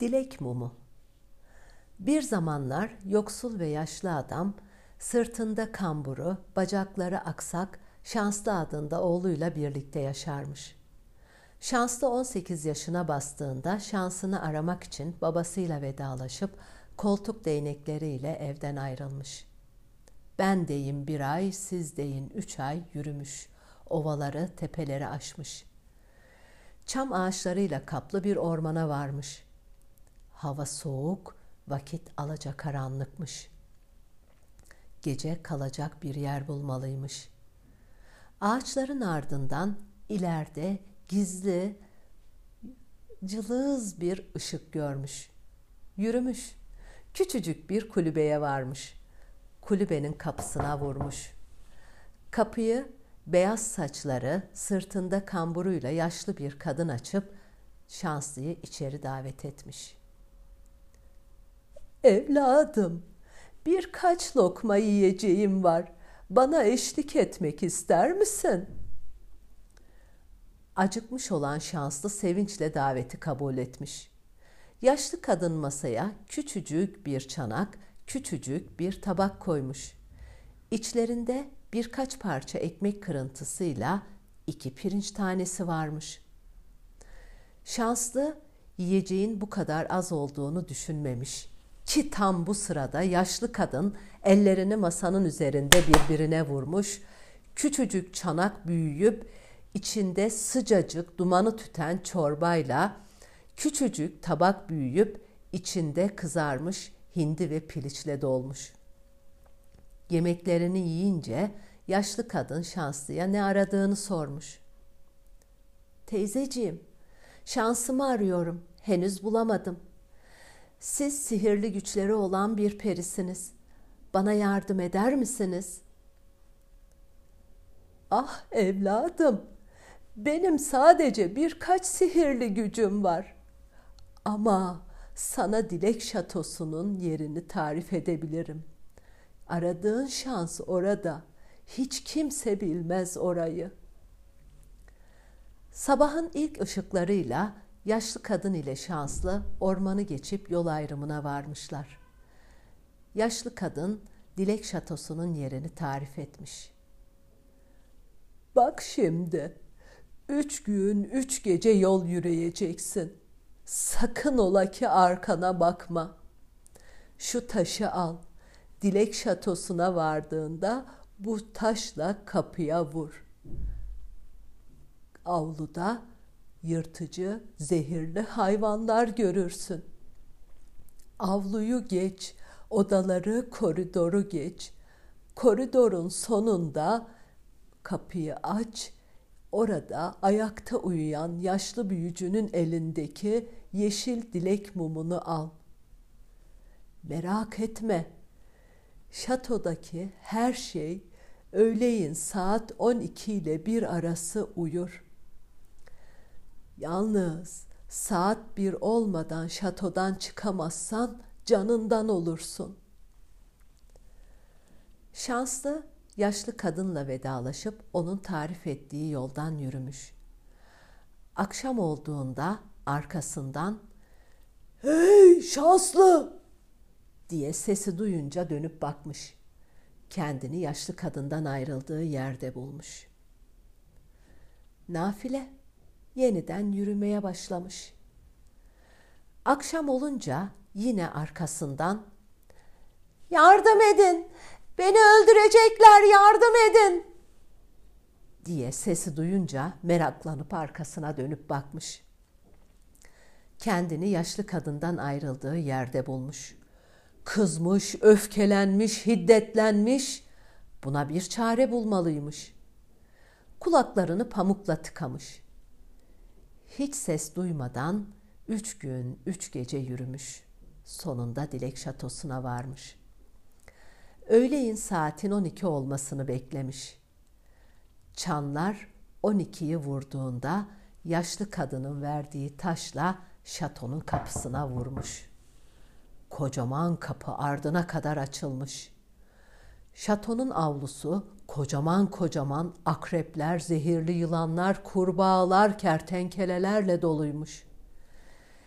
Dilek mumu. Bir zamanlar yoksul ve yaşlı adam, sırtında kamburu, bacakları aksak, Şanslı adında oğluyla birlikte yaşarmış. Şanslı 18 yaşına bastığında şansını aramak için babasıyla vedalaşıp koltuk değnekleriyle evden ayrılmış. Ben deyin 1 ay, siz deyin 3 ay yürümüş, ovaları, tepeleri aşmış. Çam ağaçlarıyla kaplı bir ormana varmış. Hava soğuk, vakit alacakaranlıkmış. Gece kalacak bir yer bulmalıymış. Ağaçların ardından ileride gizli, cılız bir ışık görmüş. Yürümüş. Küçücük bir kulübeye varmış. Kulübenin kapısına vurmuş. Kapıyı beyaz saçları, sırtında kamburuyla yaşlı bir kadın açıp Şanslı'yı içeri davet etmiş. Evladım, birkaç lokma yiyeceğim var. Bana eşlik etmek ister misin? Acıkmış olan Şanslı sevinçle daveti kabul etmiş. Yaşlı kadın masaya küçücük bir çanak, küçücük bir tabak koymuş. İçlerinde birkaç parça ekmek kırıntısıyla 2 pirinç tanesi varmış. Şanslı yiyeceğin bu kadar az olduğunu düşünmemiş. Ki tam bu sırada yaşlı kadın ellerini masanın üzerinde birbirine vurmuş, küçücük çanak büyüyüp içinde sıcacık dumanı tüten çorbayla küçücük tabak büyüyüp içinde kızarmış hindi ve piliçle dolmuş. Yemeklerini yiyince yaşlı kadın Şanslı'ya ne aradığını sormuş. Teyzeciğim, şansımı arıyorum, henüz bulamadım. Siz sihirli güçleri olan bir perisiniz. Bana yardım eder misiniz? Ah evladım, benim sadece birkaç sihirli gücüm var. Ama sana Dilek Şatosu'nun yerini tarif edebilirim. Aradığın şans orada. Hiç kimse bilmez orayı. Sabahın ilk ışıklarıyla yaşlı kadın ile Şanslı ormanı geçip yol ayrımına varmışlar. Yaşlı kadın Dilek Şatosu'nun yerini tarif etmiş. Bak şimdi, 3 gün 3 gece yol yürüyeceksin. Sakın ola ki arkana bakma. Şu taşı al. Dilek Şatosu'na vardığında bu taşla kapıya vur. Avluda yırtıcı, zehirli hayvanlar görürsün. Avluyu geç, odaları, koridoru geç. Koridorun sonunda kapıyı aç. Orada ayakta uyuyan yaşlı büyücünün elindeki yeşil dilek mumunu al. Merak etme. Şatodaki her şey öğleyin saat 12 ile 1 arası uyur. Yalnız saat 1 olmadan şatodan çıkamazsan canından olursun. Şanslı yaşlı kadınla vedalaşıp onun tarif ettiği yoldan yürümüş. Akşam olduğunda arkasından "Hey Şanslı!" diye sesi duyunca dönüp bakmış. Kendini yaşlı kadından ayrıldığı yerde bulmuş. Nafile yeniden yürümeye başlamış. Akşam olunca yine arkasından "Yardım edin! Beni öldürecekler, yardım edin!" diye sesi duyunca meraklanıp arkasına dönüp bakmış. Kendini yaşlı kadından ayrıldığı yerde bulmuş. Kızmış, öfkelenmiş, hiddetlenmiş. Buna bir çare bulmalıymış. Kulaklarını pamukla tıkamış. Hiç ses duymadan 3 gün 3 gece yürümüş. Sonunda Dilek Şatosu'na varmış. Öğleyin saatin 12 olmasını beklemiş. Çanlar 12'yi vurduğunda yaşlı kadının verdiği taşla şatonun kapısına vurmuş. Kocaman kapı ardına kadar açılmış. Şatonun avlusu kocaman kocaman akrepler, zehirli yılanlar, kurbağalar, kertenkelelerle doluymuş.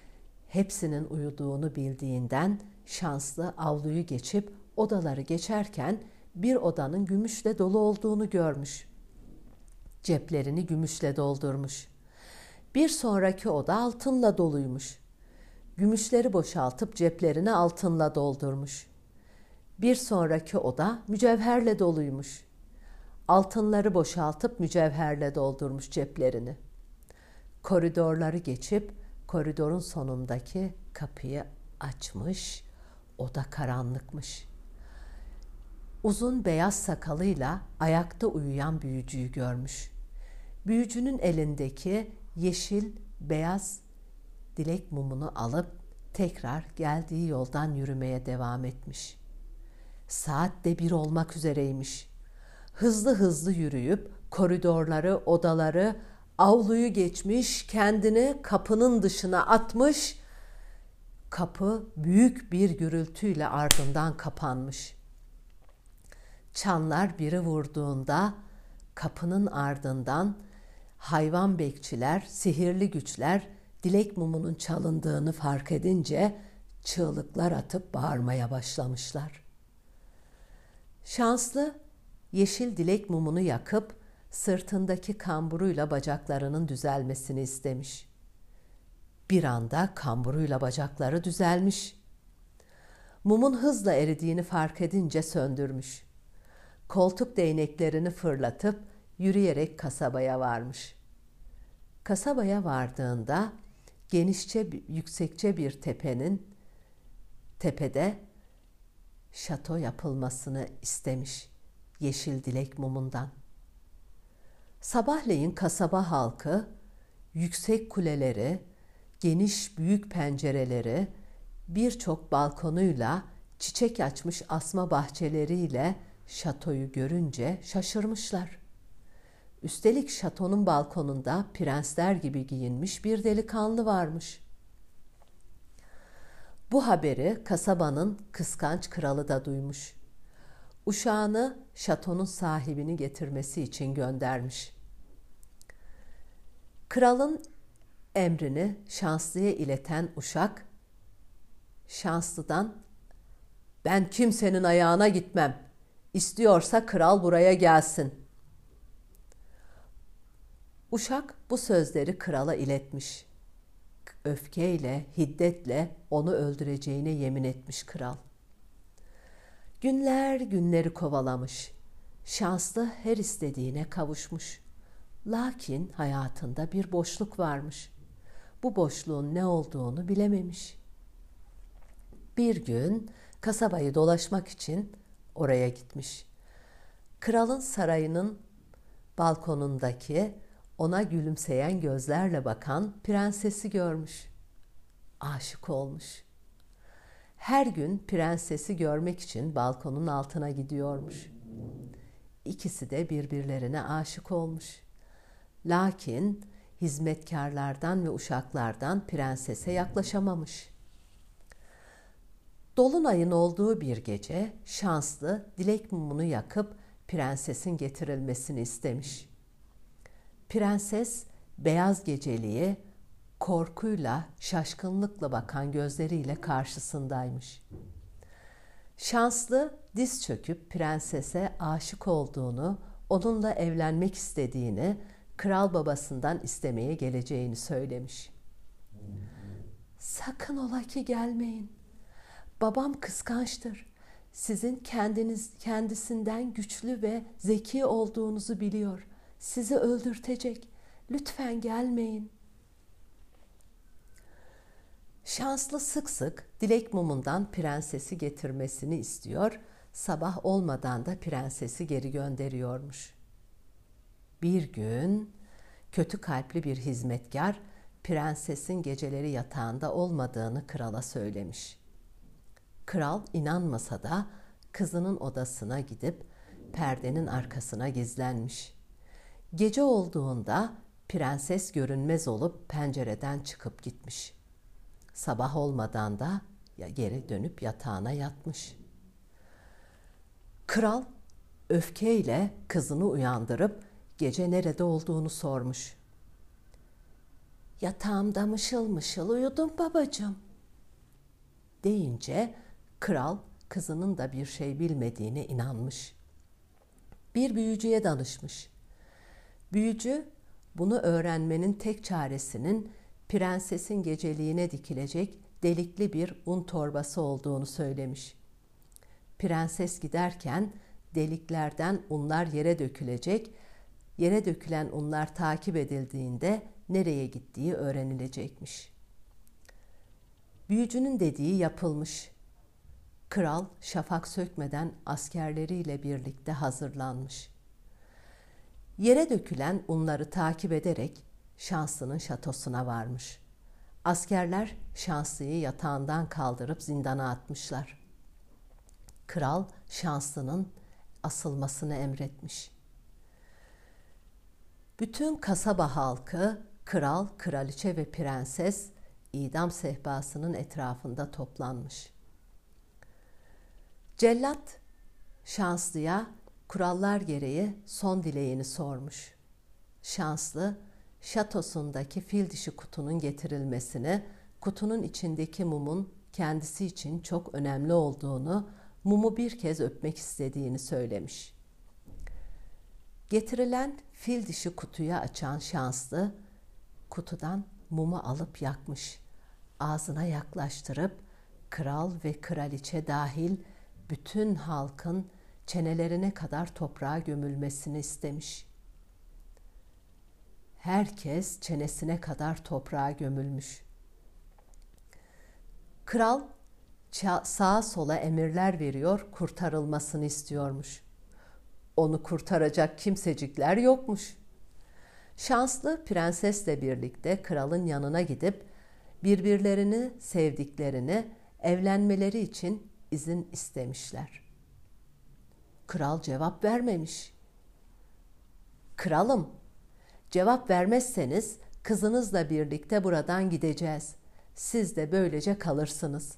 Hepsinin uyuduğunu bildiğinden şanslı avluyu geçip odaları geçerken bir odanın gümüşle dolu olduğunu görmüş. Ceplerini gümüşle doldurmuş. Bir sonraki oda altınla doluymuş. Gümüşleri boşaltıp ceplerini altınla doldurmuş. Bir sonraki oda mücevherle doluymuş. Altınları boşaltıp mücevherle doldurmuş ceplerini. Koridorları geçip koridorun sonundaki kapıyı açmış. Oda karanlıkmış. Uzun beyaz sakalıyla ayakta uyuyan büyücüyü görmüş. Büyücünün elindeki yeşil beyaz dilek mumunu alıp tekrar geldiği yoldan yürümeye devam etmiş. Saat de 1 olmak üzereymiş. Hızlı hızlı yürüyüp koridorları, odaları, avluyu geçmiş, kendini kapının dışına atmış. Kapı büyük bir gürültüyle ardından kapanmış. Çanlar 1'i vurduğunda kapının ardından hayvan bekçiler, sihirli güçler dilek mumunun çalındığını fark edince çığlıklar atıp bağırmaya başlamışlar. Şanslı yeşil dilek mumunu yakıp sırtındaki kamburuyla bacaklarının düzelmesini istemiş. Bir anda kamburuyla bacakları düzelmiş. Mumun hızla eridiğini fark edince söndürmüş. Koltuk değneklerini fırlatıp yürüyerek kasabaya varmış. Kasabaya vardığında yüksekçe bir tepede şato yapılmasını istemiş yeşil dilek mumundan. Sabahleyin kasaba halkı yüksek kuleleri, geniş büyük pencereleri, birçok balkonuyla, çiçek açmış asma bahçeleriyle şatoyu görünce şaşırmışlar. Üstelik şatonun balkonunda prensler gibi giyinmiş bir delikanlı varmış. Bu haberi kasabanın kıskanç kralı da duymuş. Uşağını şatonun sahibini getirmesi için göndermiş. Kralın emrini Şanslı'ya ileten uşak, Şanslı'dan "Ben kimsenin ayağına gitmem. İstiyorsa kral buraya gelsin." Uşak bu sözleri krala iletmiş. Öfkeyle, hiddetle onu öldüreceğine yemin etmiş kral. Günler günleri kovalamış. Şanslı her istediğine kavuşmuş. Lakin hayatında bir boşluk varmış. Bu boşluğun ne olduğunu bilememiş. Bir gün kasabayı dolaşmak için oraya gitmiş. Kralın sarayının balkonundaki ona gülümseyen gözlerle bakan prensesi görmüş. Aşık olmuş. Her gün prensesi görmek için balkonun altına gidiyormuş. İkisi de birbirlerine aşık olmuş. Lakin hizmetkarlardan ve uşaklardan prensese yaklaşamamış. Dolunayın olduğu bir gece Şanslı dilek mumunu yakıp prensesin getirilmesini istemiş. Prenses beyaz geceliğe korkuyla, şaşkınlıkla bakan gözleriyle karşısındaymış. Şanslı diz çöküp prensese aşık olduğunu, onunla evlenmek istediğini, kral babasından istemeye geleceğini söylemiş. "Sakın ola ki gelmeyin. Babam kıskançtır. Sizin kendisinden güçlü ve zeki olduğunuzu biliyor. Sizi öldürtecek. Lütfen gelmeyin." Şanslı sık sık dilek mumundan prensesi getirmesini istiyor, sabah olmadan da prensesi geri gönderiyormuş. Bir gün kötü kalpli bir hizmetkar prensesin geceleri yatağında olmadığını krala söylemiş. Kral inanmasa da kızının odasına gidip perdenin arkasına gizlenmiş. Gece olduğunda prenses görünmez olup pencereden çıkıp gitmiş. Sabah olmadan da geri dönüp yatağına yatmış. Kral öfkeyle kızını uyandırıp gece nerede olduğunu sormuş. Yatağımda mışıl mışıl uyudum babacığım deyince kral kızının da bir şey bilmediğine inanmış. Bir büyücüye danışmış. Büyücü bunu öğrenmenin tek çaresinin prensesin geceliğine dikilecek delikli bir un torbası olduğunu söylemiş. Prenses giderken deliklerden unlar yere dökülecek, yere dökülen unlar takip edildiğinde nereye gittiği öğrenilecekmiş. Büyücünün dediği yapılmış. Kral şafak sökmeden askerleriyle birlikte hazırlanmış. Yere dökülen unları takip ederek Şanslı'nın şatosuna varmış. Askerler Şanslı'yı yatağından kaldırıp zindana atmışlar. Kral Şanslı'nın asılmasını emretmiş. Bütün kasaba halkı, kral, kraliçe ve prenses idam sehpasının etrafında toplanmış. Cellat Şanslı'ya kurallar gereği son dileğini sormuş. Şanslı, şatosundaki fil dişi kutunun getirilmesini, kutunun içindeki mumun kendisi için çok önemli olduğunu, mumu bir kez öpmek istediğini söylemiş. Getirilen fil dişi kutuyu açan Şanslı, kutudan mumu alıp yakmış. Ağzına yaklaştırıp kral ve kraliçe dahil bütün halkın çenelerine kadar toprağa gömülmesini istemiş. Herkes çenesine kadar toprağa gömülmüş. Kral sağa sola emirler veriyor, kurtarılmasını istiyormuş. Onu kurtaracak kimsecikler yokmuş. Şanslı prensesle birlikte kralın yanına gidip birbirlerini sevdiklerini, evlenmeleri için izin istemişler. Kral cevap vermemiş. "Kralım, cevap vermezseniz kızınızla birlikte buradan gideceğiz. Siz de böylece kalırsınız."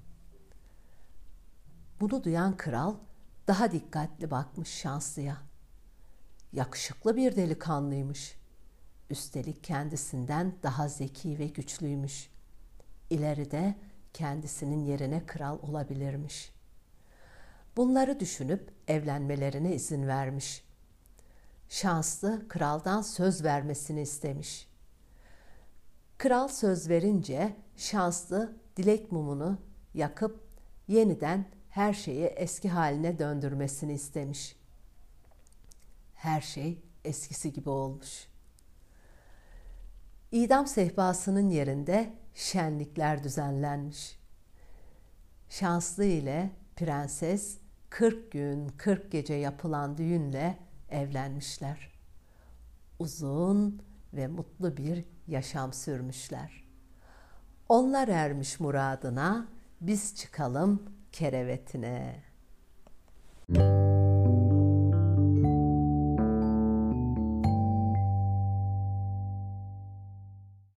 Bunu duyan kral daha dikkatli bakmış Şanslı'ya. Yakışıklı bir delikanlıymış. Üstelik kendisinden daha zeki ve güçlüymüş. İleride kendisinin yerine kral olabilirmiş. Bunları düşünüp evlenmelerine izin vermiş. Şanslı kraldan söz vermesini istemiş. Kral söz verince Şanslı dilek mumunu yakıp yeniden her şeyi eski haline döndürmesini istemiş. Her şey eskisi gibi olmuş. İdam sehpasının yerinde şenlikler düzenlenmiş. Şanslı ile prenses 40 gün 40 gece yapılan düğünle evlenmişler. Uzun ve mutlu bir yaşam sürmüşler. Onlar ermiş muradına, biz çıkalım kerevetine.